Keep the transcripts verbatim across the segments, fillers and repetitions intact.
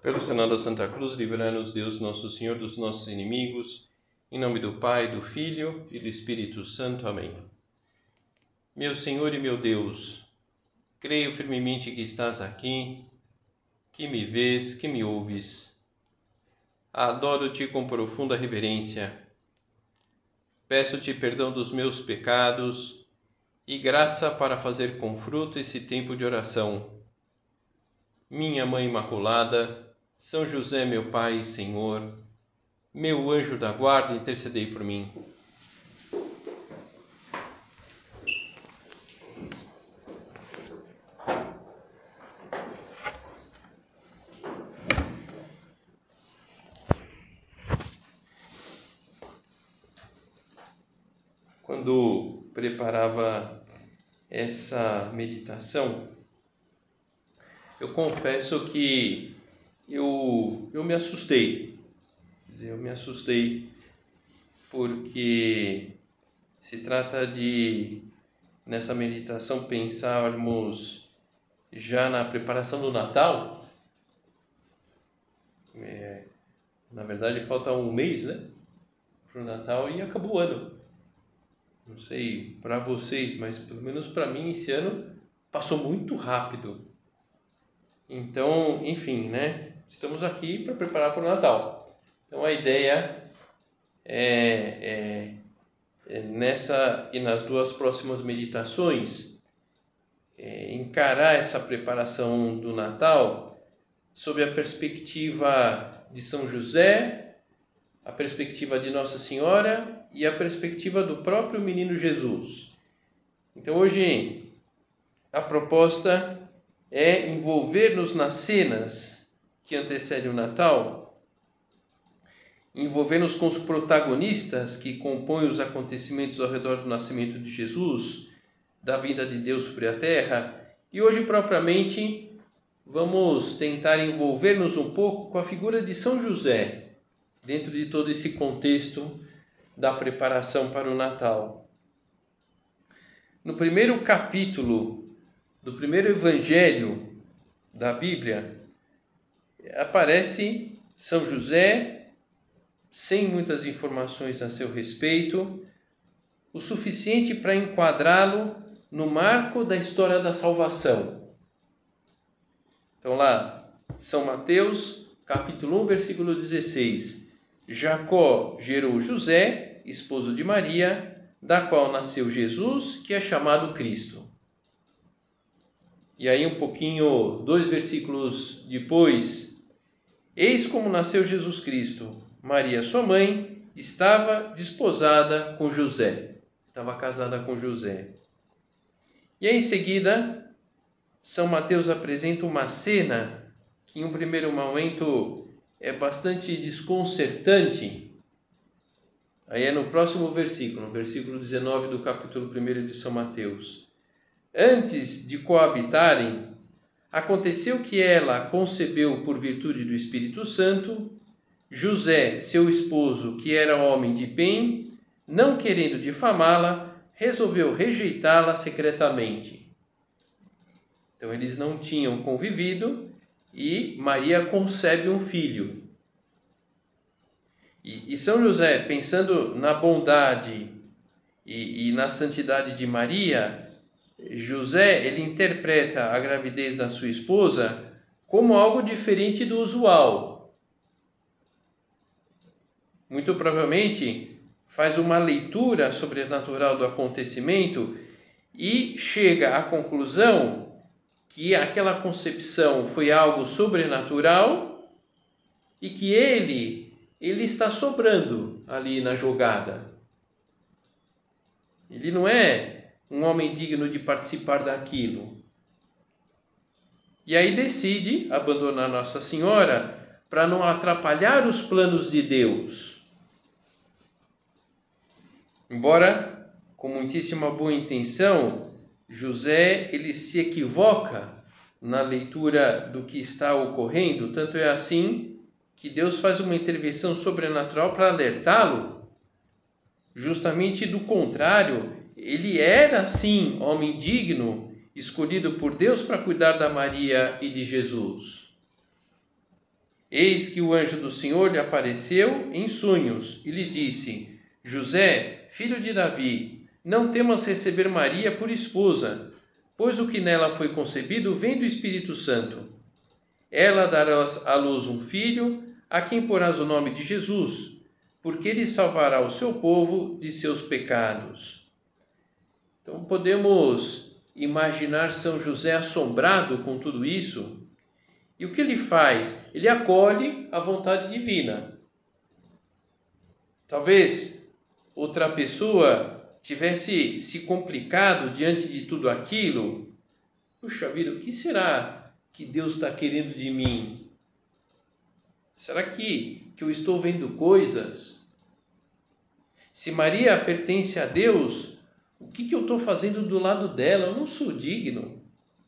Pelo sinal da Santa Cruz, livrai-nos Deus, nosso Senhor, dos nossos inimigos. Em nome do Pai, do Filho e do Espírito Santo. Amém. Meu Senhor e meu Deus, creio firmemente que estás aqui, que me vês, que me ouves. Adoro-te com profunda reverência. Peço-te perdão dos meus pecados e graça para fazer com fruto esse tempo de oração. Minha Mãe Imaculada, São José, meu Pai e Senhor, meu anjo da guarda, intercedei por mim. Quando preparava essa meditação, eu confesso que eu, eu me assustei. Eu me assustei porque se trata de, nessa meditação, pensarmos já na preparação do Natal. É, na verdade, falta um mês, né, para o Natal e acabou o ano. Não sei para vocês, mas pelo menos para mim esse ano passou muito rápido. Então, enfim, né? Estamos aqui para preparar para o Natal. Então a ideia é, é, é nessa e nas duas próximas meditações é encarar essa preparação do Natal sob a perspectiva de São José, a perspectiva de Nossa Senhora e a perspectiva do próprio menino Jesus. Então hoje a proposta é envolver-nos nas cenas que antecedem o Natal, envolver-nos com os protagonistas que compõem os acontecimentos ao redor do nascimento de Jesus, da vinda de Deus sobre a terra, e hoje propriamente vamos tentar envolver-nos um pouco com a figura de São José, dentro de todo esse contexto da preparação para o Natal. No primeiro capítulo do primeiro evangelho da Bíblia, aparece São José, sem muitas informações a seu respeito, o suficiente para enquadrá-lo no marco da história da salvação. Então lá, São Mateus, capítulo um, versículo dezesseis. Jacó gerou José, esposo de Maria, da qual nasceu Jesus, que é chamado Cristo. E aí um pouquinho, dois versículos depois, eis como nasceu Jesus Cristo. Maria, sua mãe, estava desposada com José, estava casada com José. E aí em seguida, São Mateus apresenta uma cena que em um primeiro momento é bastante desconcertante. Aí é no próximo versículo, no versículo dezenove do capítulo um de São Mateus. Antes de coabitarem, aconteceu que ela concebeu por virtude do Espírito Santo. José, seu esposo, que era homem de bem, não querendo difamá-la, resolveu rejeitá-la secretamente. Então eles não tinham convivido e Maria concebe um filho. E, e São José, pensando na bondade e, e na santidade de Maria, José, ele interpreta a gravidez da sua esposa como algo diferente do usual. Muito provavelmente faz uma leitura sobrenatural do acontecimento e chega à conclusão que aquela concepção foi algo sobrenatural e que ele, ele está sobrando ali na jogada. Ele não é um homem digno de participar daquilo. E aí decide abandonar Nossa Senhora para não atrapalhar os planos de Deus. Embora com muitíssima boa intenção, José ele se equivoca na leitura do que está ocorrendo, tanto é assim que Deus faz uma intervenção sobrenatural para alertá-lo, justamente do contrário. Ele era, sim, homem digno, escolhido por Deus para cuidar da Maria e de Jesus. Eis que o anjo do Senhor lhe apareceu em sonhos e lhe disse: José, filho de Davi, não temas receber Maria por esposa, pois o que nela foi concebido vem do Espírito Santo. Ela dará à luz um filho, a quem porás o nome de Jesus, porque ele salvará o seu povo de seus pecados. Então podemos imaginar São José assombrado com tudo isso. E o que ele faz? Ele acolhe a vontade divina. Talvez outra pessoa tivesse se complicado diante de tudo aquilo. Puxa vida, o que será que Deus está querendo de mim? Será que, que eu estou vendo coisas? Se Maria pertence a Deus, o que, que eu estou fazendo do lado dela? Eu não sou digno.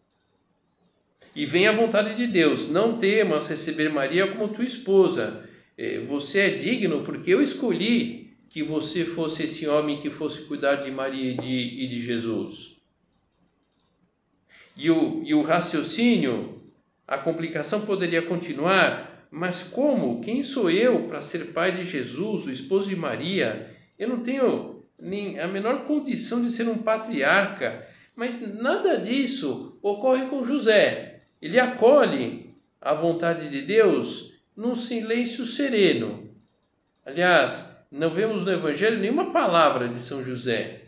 E vem a vontade de Deus: não temas receber Maria como tua esposa. Você é digno porque eu escolhi que você fosse esse homem que fosse cuidar de Maria e de, e de Jesus. E o, e o raciocínio, a complicação poderia continuar, mas como? Quem sou eu para ser pai de Jesus, o esposo de Maria? Eu não tenho nem a menor condição de ser um patriarca, mas nada disso ocorre com José. Ele acolhe a vontade de Deus num silêncio sereno. Aliás, não vemos no Evangelho nenhuma palavra de São José.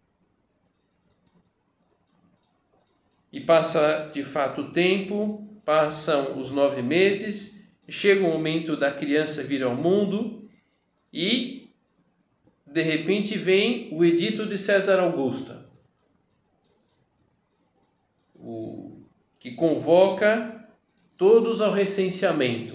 E passa de fato o tempo, passam os nove meses, chega o momento da criança vir ao mundo e, de repente, vem o edito de César Augusto, o que convoca todos ao recenseamento.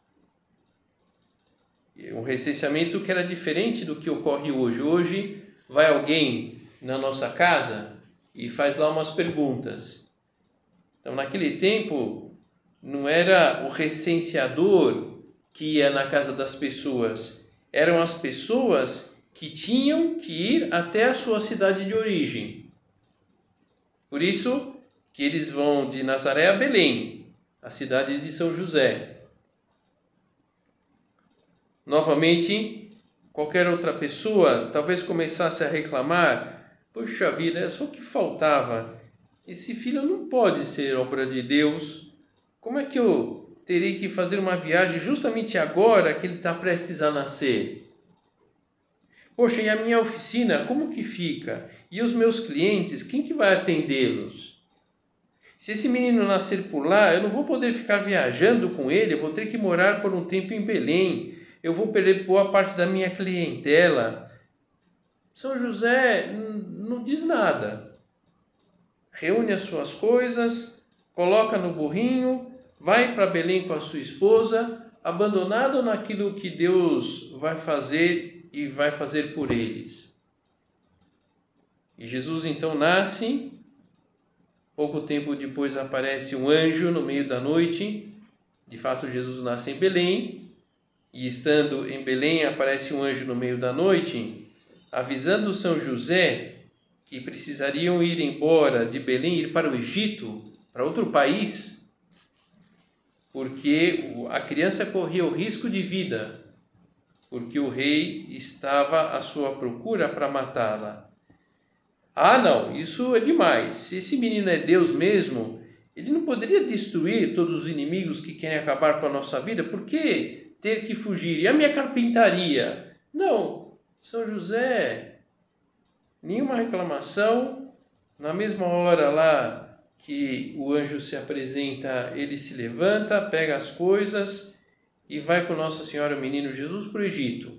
Um recenseamento que era diferente do que ocorre hoje. Hoje vai alguém na nossa casa e faz lá umas perguntas. Então, naquele tempo, não era o recenseador que ia na casa das pessoas, eram as pessoas que tinham que ir até a sua cidade de origem. Por isso que eles vão de Nazaré a Belém, a cidade de São José. Novamente, qualquer outra pessoa talvez começasse a reclamar: puxa vida, é só o que faltava. Esse filho não pode ser obra de Deus. Como é que eu terei que fazer uma viagem justamente agora que ele está prestes a nascer? Poxa, e a minha oficina, como que fica? E os meus clientes, quem que vai atendê-los? Se esse menino nascer por lá, eu não vou poder ficar viajando com ele, eu vou ter que morar por um tempo em Belém, eu vou perder boa parte da minha clientela. São José não diz nada. Reúne as suas coisas, coloca no burrinho, vai para Belém com a sua esposa, abandonado naquilo que Deus vai fazer e vai fazer por eles. E Jesus então nasce. Pouco tempo depois aparece um anjo no meio da noite. De fato, Jesus nasce em Belém. E estando em Belém, aparece um anjo no meio da noite, avisando São José que precisariam ir embora de Belém, ir para o Egito, para outro país, porque a criança corria o risco de vida, porque o rei estava à sua procura para matá-la. Ah, não, isso é demais. Se esse menino é Deus mesmo, ele não poderia destruir todos os inimigos que querem acabar com a nossa vida? Por que ter que fugir? E a minha carpintaria? Não, São José, nenhuma reclamação. Na mesma hora lá que o anjo se apresenta, ele se levanta, pega as coisas e vai com Nossa Senhora, o menino Jesus, para o Egito.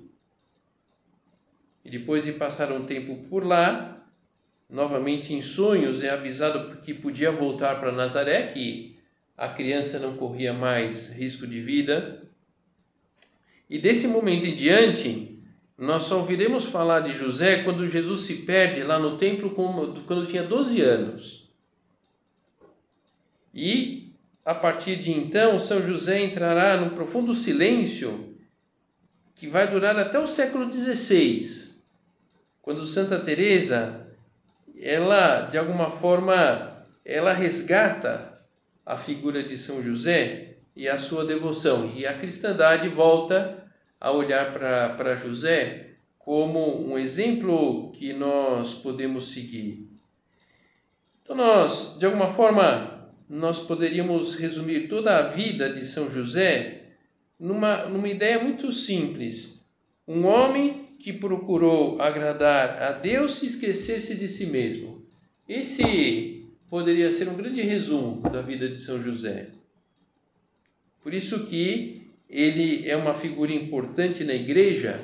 E depois de passar um tempo por lá, novamente em sonhos é avisado que podia voltar para Nazaré, que a criança não corria mais risco de vida. E desse momento em diante, nós só ouviremos falar de José quando Jesus se perde lá no templo quando tinha doze anos. E a partir de então, São José entrará num profundo silêncio que vai durar até o século dezesseis, quando Santa Teresa, ela, de alguma forma, ela resgata a figura de São José e a sua devoção. E a cristandade volta a olhar para José como um exemplo que nós podemos seguir. Então nós, de alguma forma, nós poderíamos resumir toda a vida de São José numa, numa ideia muito simples. Um homem que procurou agradar a Deus e esquecer-se de si mesmo. Esse poderia ser um grande resumo da vida de São José. Por isso que ele é uma figura importante na igreja.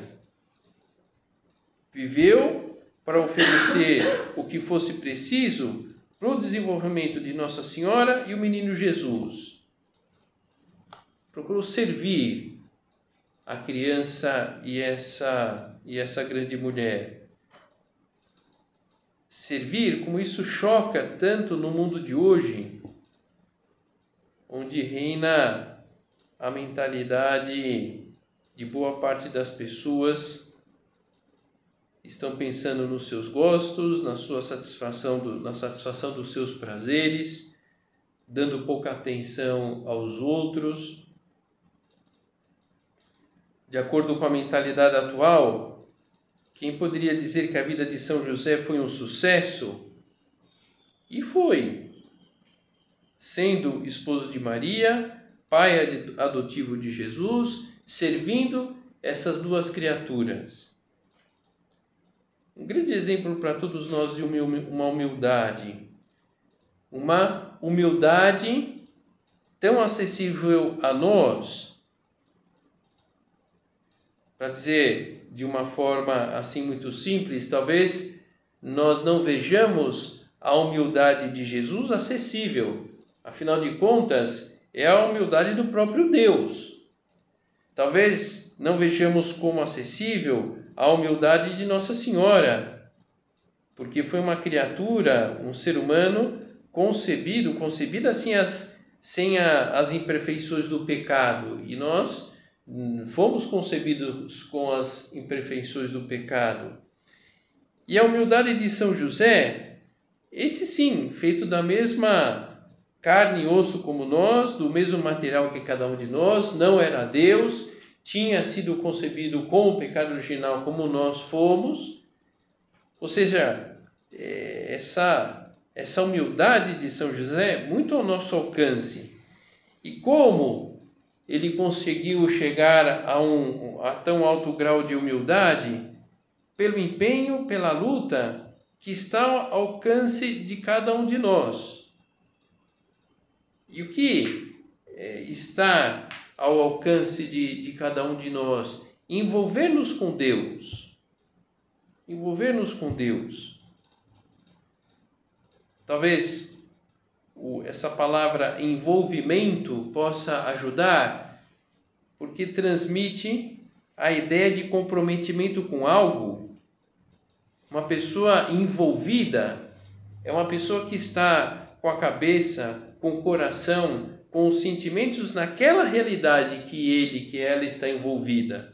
Viveu para oferecer o que fosse preciso para o desenvolvimento de Nossa Senhora e o menino Jesus. Procurou servir a criança e essa, e essa grande mulher. Servir, como isso choca tanto no mundo de hoje, onde reina a mentalidade de boa parte das pessoas, estão pensando nos seus gostos, na sua satisfação, do, na satisfação dos seus prazeres, dando pouca atenção aos outros. De acordo com a mentalidade atual, quem poderia dizer que a vida de São José foi um sucesso? E foi. Sendo esposo de Maria, pai adotivo de Jesus, servindo essas duas criaturas. Um grande exemplo para todos nós de uma humildade. Uma humildade tão acessível a nós, para dizer de uma forma assim muito simples, talvez nós não vejamos a humildade de Jesus acessível. Afinal de contas, é a humildade do próprio Deus. Talvez não vejamos como acessível a humildade de Nossa Senhora, porque foi uma criatura, um ser humano concebido, concebido assim as, sem a, as imperfeições do pecado. E nós fomos concebidos com as imperfeições do pecado. E a humildade de São José, esse sim, feito da mesma carne e osso como nós, do mesmo material que cada um de nós, não era Deus, tinha sido concebido com o pecado original como nós fomos. Ou seja, essa, essa humildade de São José muito ao nosso alcance. E como ele conseguiu chegar a, um, a tão alto grau de humildade? Pelo empenho, pela luta que está ao alcance de cada um de nós. E o que é, está ao alcance de, de cada um de nós? Envolver-nos com Deus. Envolver-nos com Deus. Talvez o, essa palavra envolvimento possa ajudar, porque transmite a ideia de comprometimento com algo. Uma pessoa envolvida é uma pessoa que está com a cabeça, com o coração, com os sentimentos naquela realidade que ele, que ela está envolvida.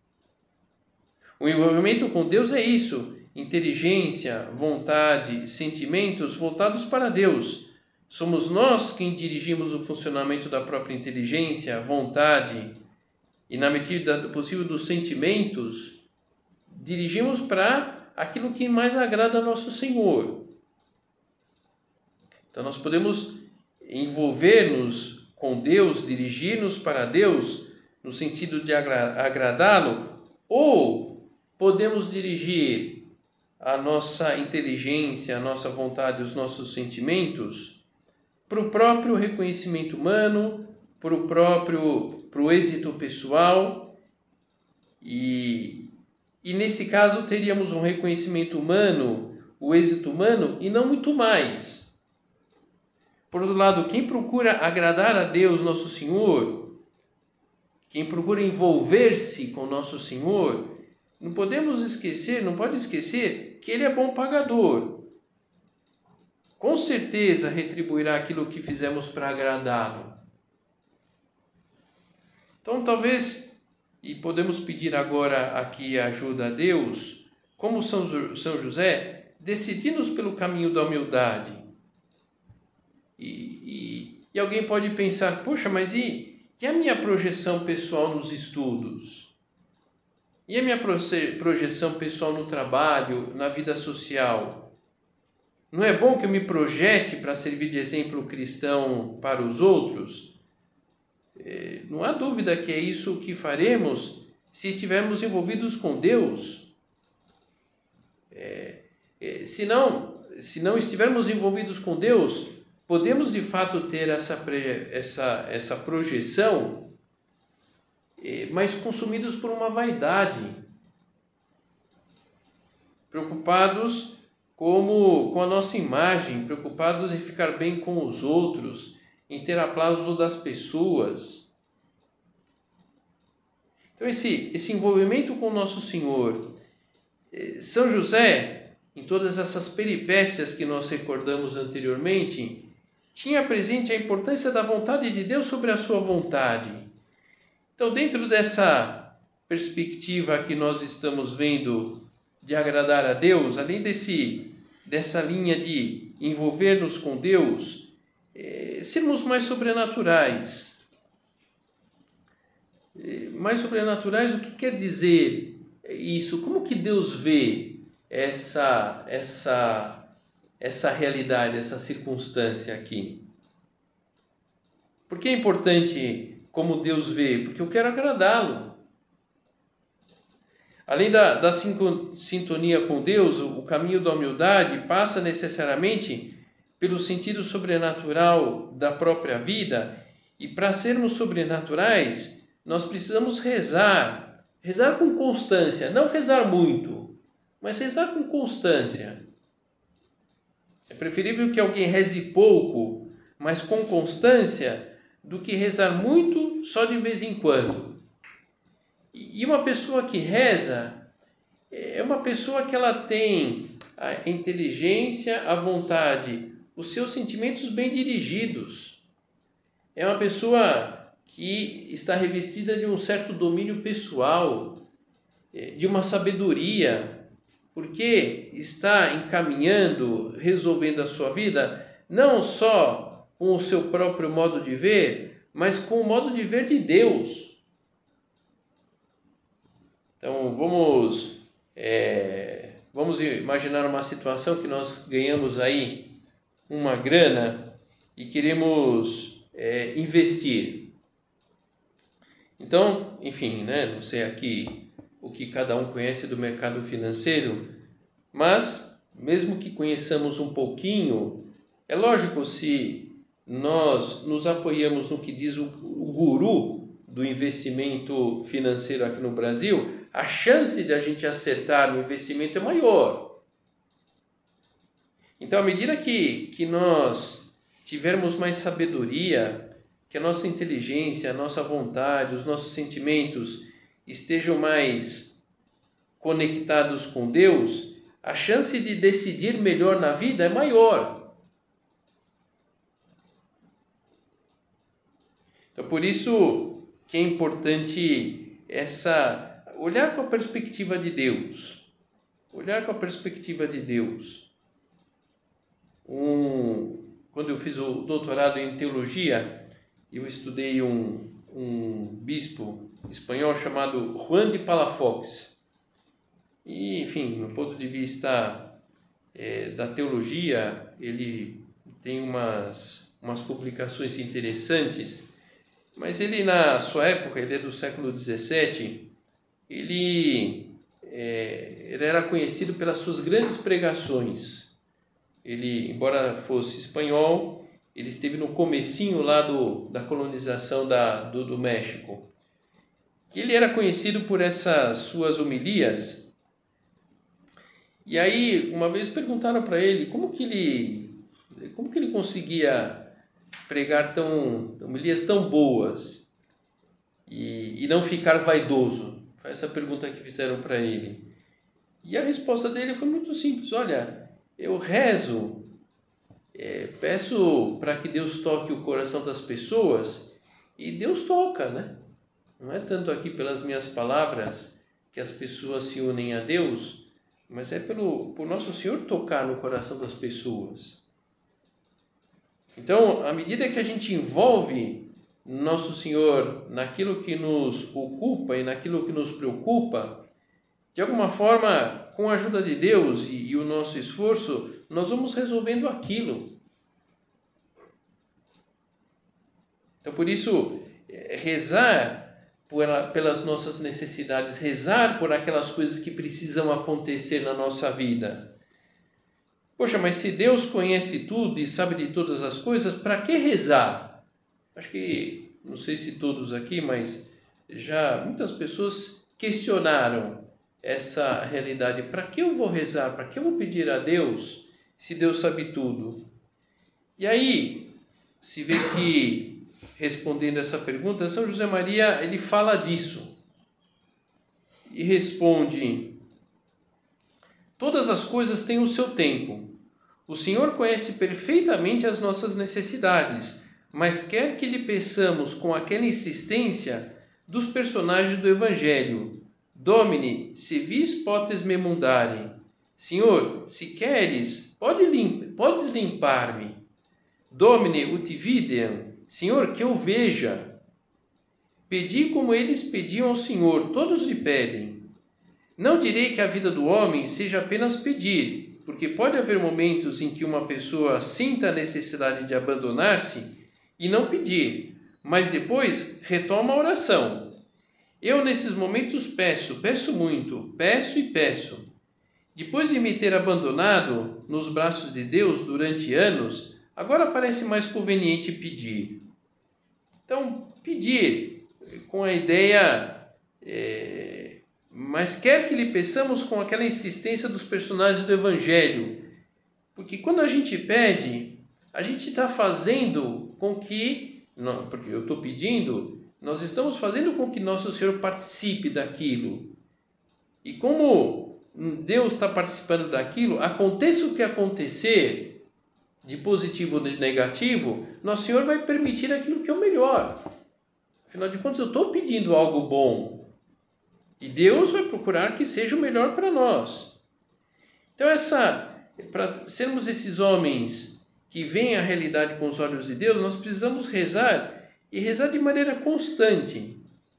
O envolvimento com Deus é isso: inteligência, vontade, sentimentos voltados para Deus. Somos nós quem dirigimos o funcionamento da própria inteligência, vontade e, na medida do possível, dos sentimentos, dirigimos para aquilo que mais agrada a nosso Senhor. Então nós podemos envolver-nos com Deus, dirigir-nos para Deus no sentido de agradá-lo, ou podemos dirigir a nossa inteligência, a nossa vontade, os nossos sentimentos para o próprio reconhecimento humano, para o próprio para o êxito pessoal, e, e nesse caso teríamos um reconhecimento humano, o êxito humano, e não muito mais. Por outro lado, quem procura agradar a Deus, nosso Senhor, quem procura envolver-se com nosso Senhor, não podemos esquecer, não pode esquecer que Ele é bom pagador. Com certeza retribuirá aquilo que fizemos para agradá-lo. Então, talvez, e podemos pedir agora aqui ajuda a Deus, como São, São José, decidir-nos pelo caminho da humildade. E, e, e alguém pode pensar, poxa, mas e, E a minha projeção pessoal nos estudos? E a minha projeção pessoal no trabalho, na vida social? Não é bom que eu me projete para servir de exemplo cristão para os outros? Não há dúvida que é isso que faremos se estivermos envolvidos com Deus. É, é, se não, se não estivermos envolvidos com Deus, podemos de fato ter essa, essa, essa projeção, é, mas consumidos por uma vaidade, preocupados como, com a nossa imagem, preocupados em ficar bem com os outros, em ter aplauso das pessoas. Então esse, esse envolvimento com o nosso Senhor, São José, em todas essas peripécias que nós recordamos anteriormente, tinha presente a importância da vontade de Deus sobre a sua vontade. Então, dentro dessa perspectiva que nós estamos vendo de agradar a Deus, além desse, dessa linha de envolver-nos com Deus, é, sermos mais sobrenaturais. É, mais sobrenaturais, o que quer dizer isso? Como que Deus vê essa, essa, essa realidade, essa circunstância aqui? Por que é importante como Deus vê? Porque eu quero agradá-lo. Além da, da sintonia com Deus, o caminho da humildade passa necessariamente pelo sentido sobrenatural da própria vida, e para sermos sobrenaturais, nós precisamos rezar, rezar com constância, não rezar muito, mas rezar com constância. É preferível que alguém reze pouco, mas com constância, do que rezar muito só de vez em quando. E uma pessoa que reza é uma pessoa que ela tem a inteligência, a vontade, os seus sentimentos bem dirigidos. É uma pessoa que está revestida de um certo domínio pessoal, de uma sabedoria, porque está encaminhando, resolvendo a sua vida, não só com o seu próprio modo de ver, mas com o modo de ver de Deus. Então, vamos, é, vamos imaginar uma situação que nós ganhamos aí uma grana e queremos é, investir. Então, enfim, né, não sei aqui o que cada um conhece do mercado financeiro, mas mesmo que conheçamos um pouquinho, é lógico, se nós nos apoiamos no que diz o, o guru do investimento financeiro aqui no Brasil, a chance de a gente acertar no investimento é maior. Então, à medida que, que nós tivermos mais sabedoria, que a nossa inteligência, a nossa vontade, os nossos sentimentos estejam mais conectados com Deus, a chance de decidir melhor na vida é maior. Então, por isso que é importante essa olhar com a perspectiva de Deus. Olhar com a perspectiva de Deus. Um, quando eu fiz o doutorado em teologia, eu estudei um, um bispo espanhol chamado Juan de Palafox. E, enfim, no ponto de vista é, da teologia, ele tem umas, umas publicações interessantes, mas ele, na sua época, ele é do século dezessete, ele, é, ele era conhecido pelas suas grandes pregações. Ele, embora fosse espanhol, ele esteve no comecinho lá do, da colonização da, do, do México. Ele era conhecido por essas suas homilias. E aí, uma vez perguntaram para ele como que ele, como que ele conseguia pregar tão, homilias tão boas e, e não ficar vaidoso. Foi essa pergunta que fizeram para ele. E a resposta dele foi muito simples. Olha, eu rezo, é, peço para que Deus toque o coração das pessoas, e Deus toca, né? Não é tanto aqui pelas minhas palavras que as pessoas se unem a Deus, mas é pelo por nosso Senhor tocar no coração das pessoas. Então, à medida que a gente envolve Nosso Senhor naquilo que nos ocupa e naquilo que nos preocupa, de alguma forma, com a ajuda de Deus e, e o nosso esforço, nós vamos resolvendo aquilo. Então, por isso, rezar por, pelas nossas necessidades, rezar por aquelas coisas que precisam acontecer na nossa vida. Poxa, mas se Deus conhece tudo e sabe de todas as coisas, para que rezar? Acho que, não sei se todos aqui, mas já muitas pessoas questionaram essa realidade. Para que eu vou rezar? Para que eu vou pedir a Deus se Deus sabe tudo? E aí se vê que, respondendo essa pergunta, São José Maria ele fala disso e responde: todas as coisas têm o seu tempo. O Senhor conhece perfeitamente as nossas necessidades, mas quer que lhe peçamos com aquela insistência dos personagens do Evangelho: Domine, se vis potes me mundare. Senhor, se queres, pode limp podes limpar-me. Domine ut videam. Senhor, que eu veja. Pedi como eles pediam ao Senhor, todos lhe pedem. Não direi que a vida do homem seja apenas pedir, porque pode haver momentos em que uma pessoa sinta a necessidade de abandonar-se e não pedir, mas depois retoma a oração. Eu, nesses momentos, peço, peço muito, peço e peço. Depois de me ter abandonado nos braços de Deus durante anos, agora parece mais conveniente pedir. Então, pedir com a ideia, é, mas quer que lhe peçamos com aquela insistência dos personagens do Evangelho. Porque quando a gente pede, a gente está fazendo com que, não, porque eu estou pedindo, nós estamos fazendo com que Nosso Senhor participe daquilo. E como Deus está participando daquilo, aconteça o que acontecer, de positivo ou de negativo, Nosso Senhor vai permitir aquilo que é o melhor. Afinal de contas, eu estou pedindo algo bom. E Deus vai procurar que seja o melhor para nós. Então, essa, para sermos esses homens que veem a realidade com os olhos de Deus, nós precisamos rezar e rezar de maneira constante.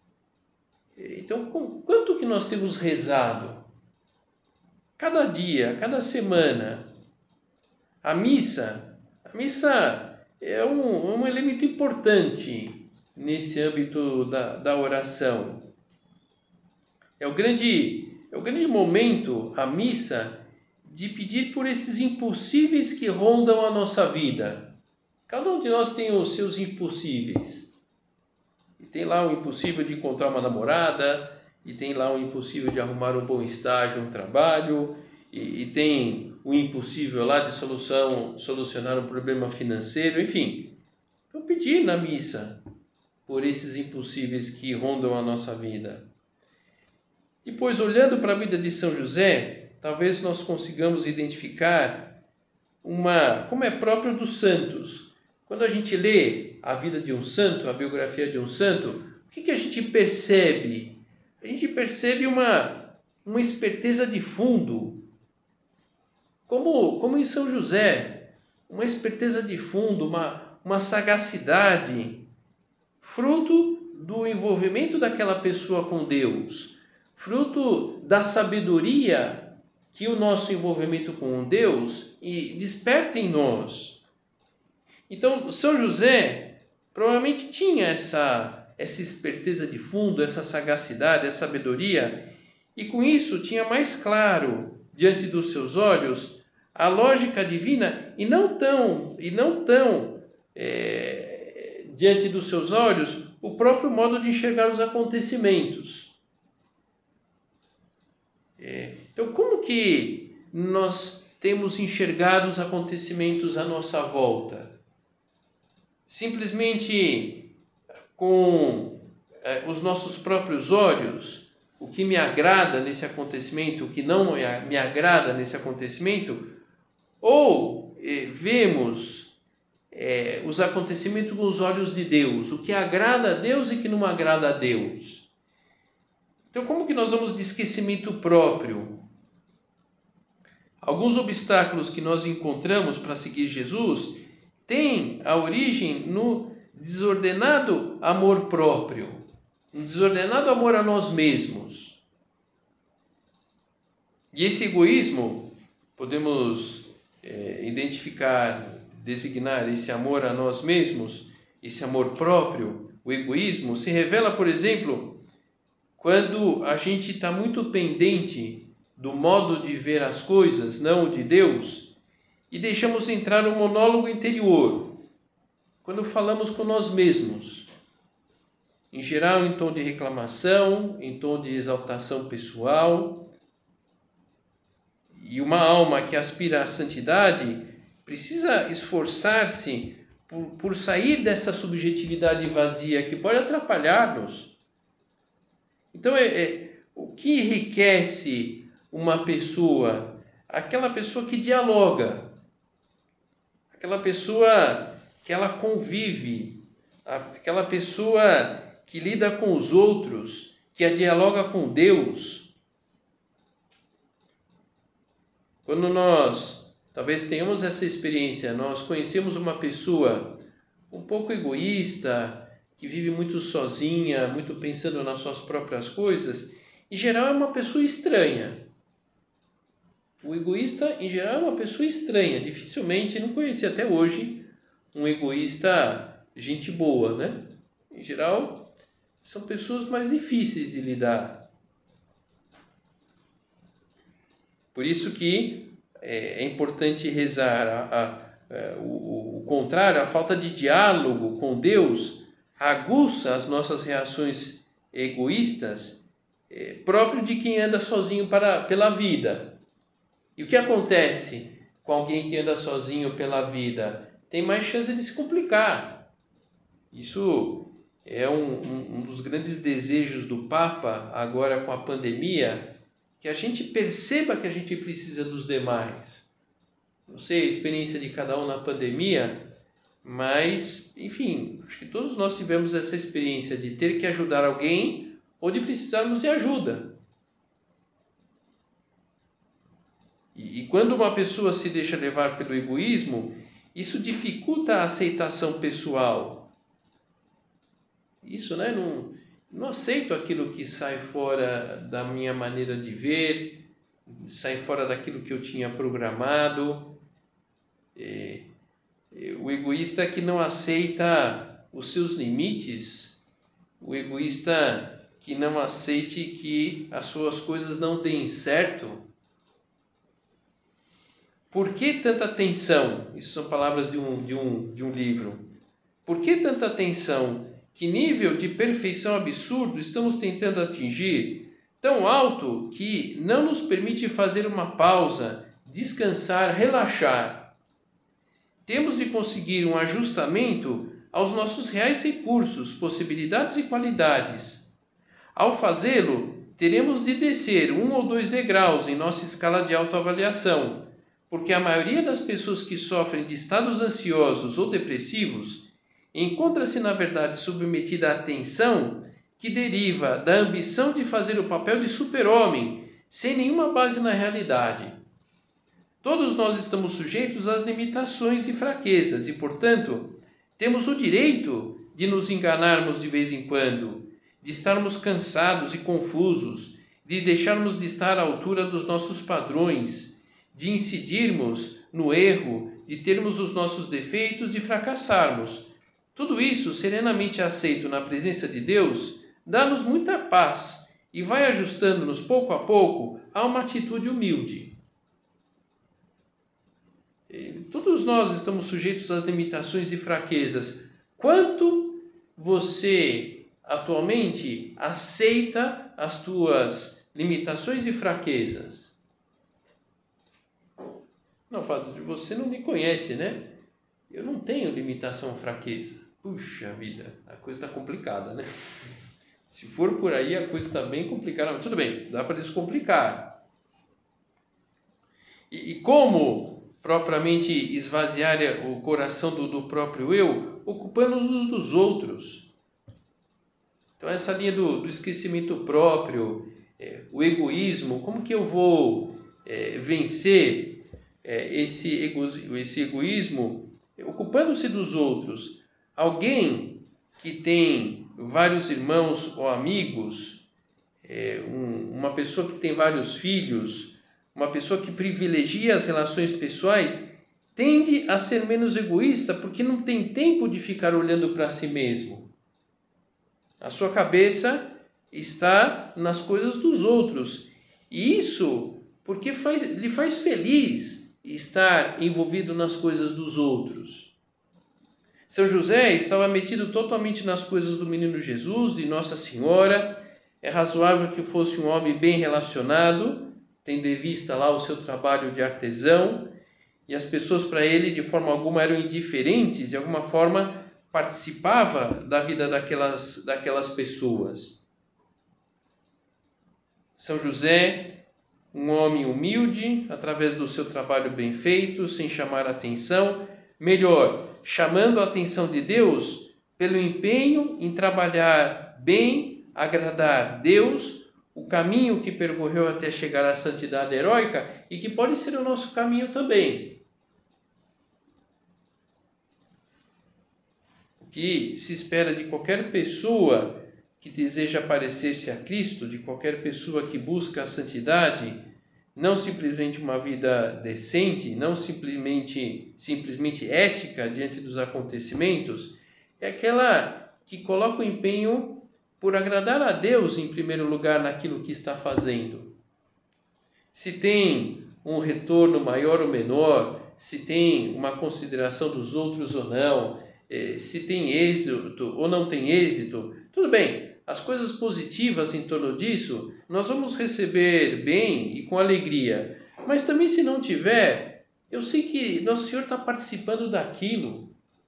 Então, quanto que nós temos rezado? Cada dia, cada semana. A missa, a missa é um, um elemento importante nesse âmbito da, da oração. É o, grande, é o grande momento, a missa, de pedir por esses impossíveis que rondam a nossa vida. Cada um de nós tem os seus impossíveis. E tem lá o impossível de encontrar uma namorada, e tem lá o impossível de arrumar um bom estágio, um trabalho, e, e tem o impossível lá de solução, solucionar um problema financeiro, enfim. Então, pedir na missa por esses impossíveis que rondam a nossa vida. Depois, olhando para a vida de São José, talvez nós consigamos identificar uma, como é próprio dos santos. Quando a gente lê a vida de um santo, a biografia de um santo, o que, que a gente percebe? A gente percebe uma, uma esperteza de fundo, como, como em São José, uma esperteza de fundo, uma, uma sagacidade, fruto do envolvimento daquela pessoa com Deus, fruto da sabedoria que o nosso envolvimento com Deus desperta em nós. Então, São José provavelmente tinha essa, essa esperteza de fundo, essa sagacidade, essa sabedoria, e com isso tinha mais claro diante dos seus olhos a lógica divina e não tão, e não tão é, diante dos seus olhos o próprio modo de enxergar os acontecimentos. É, então, como que nós temos enxergado os acontecimentos à nossa volta? Simplesmente com é, os nossos próprios olhos, o que me agrada nesse acontecimento, o que não me agrada nesse acontecimento, ou eh, vemos eh, os acontecimentos com os olhos de Deus, o que agrada a Deus e que não agrada a Deus. Então, como que nós vamos de esquecimento próprio? Alguns obstáculos que nós encontramos para seguir Jesus têm a origem no, desordenado amor próprio, um desordenado amor a nós mesmos. E esse egoísmo, podemos é, identificar, designar esse amor a nós mesmos, esse amor próprio, o egoísmo, se revela, por exemplo, quando a gente está muito pendente do modo de ver as coisas, não de Deus, e deixamos entrar um monólogo interior, quando falamos com nós mesmos, em geral em tom de reclamação, em tom de exaltação pessoal. E uma alma que aspira à santidade precisa esforçar-se por, por sair dessa subjetividade vazia que pode atrapalhar-nos. Então, é, é, o que enriquece uma pessoa? Aquela pessoa que dialoga, aquela pessoa que ela convive, aquela pessoa que lida com os outros, que a dialoga com Deus. Quando nós, talvez tenhamos essa experiência, nós conhecemos uma pessoa um pouco egoísta, que vive muito sozinha, muito pensando nas suas próprias coisas, em geral é uma pessoa estranha. O egoísta, em geral, é uma pessoa estranha. Dificilmente, não conheci até hoje um egoísta gente boa, né? Em geral, são pessoas mais difíceis de lidar. Por isso que é, é importante rezar. A, a, a, o, o contrário, a falta de diálogo com Deus aguça as nossas reações egoístas, é, próprio de quem anda sozinho para, pela vida. E o que acontece com alguém que anda sozinho pela vida? Tem mais chance de se complicar. Isso é um, um, um dos grandes desejos do Papa, agora com a pandemia, que a gente perceba que a gente precisa dos demais. Não sei a experiência de cada um na pandemia, mas, enfim, acho que todos nós tivemos essa experiência de ter que ajudar alguém ou de precisarmos de ajuda. E, e quando uma pessoa se deixa levar pelo egoísmo, isso dificulta a aceitação pessoal. Isso, né? Não, não aceito aquilo que sai fora da minha maneira de ver, sai fora daquilo que eu tinha programado. É, o egoísta que não aceita os seus limites, o egoísta que não aceite que as suas coisas não deem certo. Por que tanta tensão? Isso são palavras de um, de um, de um livro. Por que tanta tensão? Que nível de perfeição absurdo estamos tentando atingir? Tão alto que não nos permite fazer uma pausa, descansar, relaxar. Temos de conseguir um ajustamento aos nossos reais recursos, possibilidades e qualidades. Ao fazê-lo, teremos de descer um ou dois degraus em nossa escala de autoavaliação, porque a maioria das pessoas que sofrem de estados ansiosos ou depressivos encontra-se, na verdade, submetida à tensão que deriva da ambição de fazer o papel de super-homem, sem nenhuma base na realidade. Todos nós estamos sujeitos às limitações e fraquezas e, portanto, temos o direito de nos enganarmos de vez em quando, de estarmos cansados e confusos, de deixarmos de estar à altura dos nossos padrões, de incidirmos no erro, de termos os nossos defeitos, de fracassarmos. Tudo isso, serenamente aceito na presença de Deus, dá-nos muita paz e vai ajustando-nos pouco a pouco a uma atitude humilde. Todos nós estamos sujeitos às limitações e fraquezas. Quanto você atualmente aceita as tuas limitações e fraquezas? Não, padre, você não me conhece, né? Eu não tenho limitação ou fraqueza. Puxa vida, a coisa está complicada, né? Se for por aí, a coisa está bem complicada. Mas tudo bem, dá para descomplicar. E, e como propriamente esvaziar o coração do, do próprio eu? Ocupando-nos dos outros. Então, essa linha do, do esquecimento próprio, é, o egoísmo, como que eu vou é, vencer é, esse, ego, esse egoísmo? Ocupando-se dos outros. Alguém que tem vários irmãos ou amigos, é, um, uma pessoa que tem vários filhos, uma pessoa que privilegia as relações pessoais, tende a ser menos egoísta porque não tem tempo de ficar olhando para si mesmo. A sua cabeça está nas coisas dos outros. E isso porque faz, lhe faz feliz estar envolvido nas coisas dos outros. São José estava metido totalmente nas coisas do menino Jesus, de Nossa Senhora. É razoável que fosse um homem bem relacionado, tendo em vista lá o seu trabalho de artesão, e as pessoas para ele de forma alguma eram indiferentes, de alguma forma participava da vida daquelas, daquelas pessoas. São José, um homem humilde, através do seu trabalho bem feito, sem chamar a atenção, melhor, chamando a atenção de Deus pelo empenho em trabalhar bem, agradar Deus, o caminho que percorreu até chegar à santidade heróica e que pode ser o nosso caminho também. O que se espera de qualquer pessoa que deseja parecer-se a Cristo, de qualquer pessoa que busca a santidade, não simplesmente uma vida decente, não simplesmente, simplesmente ética diante dos acontecimentos, é aquela que coloca o empenho por agradar a Deus em primeiro lugar naquilo que está fazendo. Se tem um retorno maior ou menor, se tem uma consideração dos outros ou não, se tem êxito ou não tem êxito, tudo bem. As coisas positivas em torno disso, nós vamos receber bem e com alegria. Mas também se não tiver, eu sei que Nosso Senhor está participando daquilo.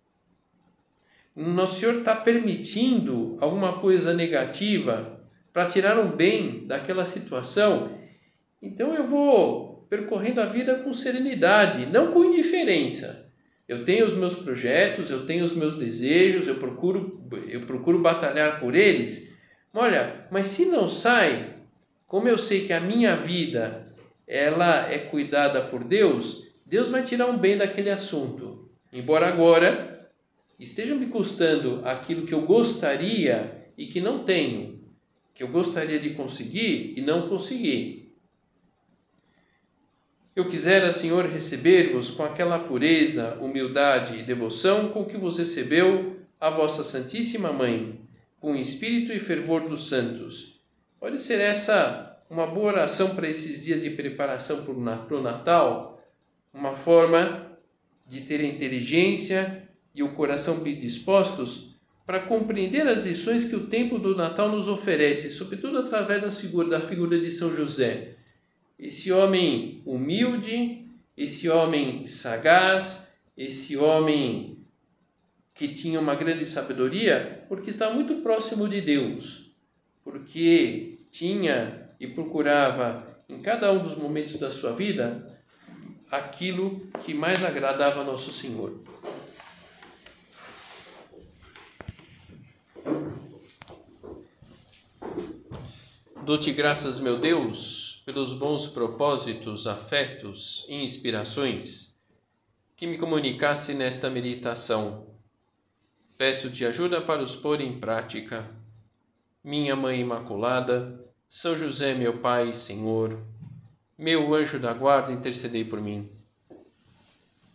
Nosso Senhor está permitindo alguma coisa negativa para tirar um bem daquela situação. Então eu vou percorrendo a vida com serenidade, não com indiferença. Eu tenho os meus projetos, eu tenho os meus desejos, eu procuro, eu procuro batalhar por eles. Olha, mas se não sai, como eu sei que a minha vida ela é cuidada por Deus, Deus vai tirar um bem daquele assunto. Embora agora esteja me custando aquilo que eu gostaria e que não tenho, que eu gostaria de conseguir e não consegui. Eu quisera, Senhor, receber-vos com aquela pureza, humildade e devoção com que vos recebeu a vossa Santíssima Mãe, com o espírito e fervor dos santos. Pode ser essa uma boa oração para esses dias de preparação para o Natal, uma forma de ter a inteligência e o coração bem dispostos para compreender as lições que o tempo do Natal nos oferece, sobretudo através da figura, da figura de São José. Esse homem humilde, esse homem sagaz, esse homem que tinha uma grande sabedoria, porque está muito próximo de Deus, porque tinha e procurava em cada um dos momentos da sua vida aquilo que mais agradava a Nosso Senhor. Dou-te graças, meu Deus, pelos bons propósitos, afetos e inspirações que me comunicaste nesta meditação. Peço-te ajuda para os pôr em prática. Minha Mãe Imaculada, São José, meu Pai e Senhor, meu anjo da guarda, intercedei por mim.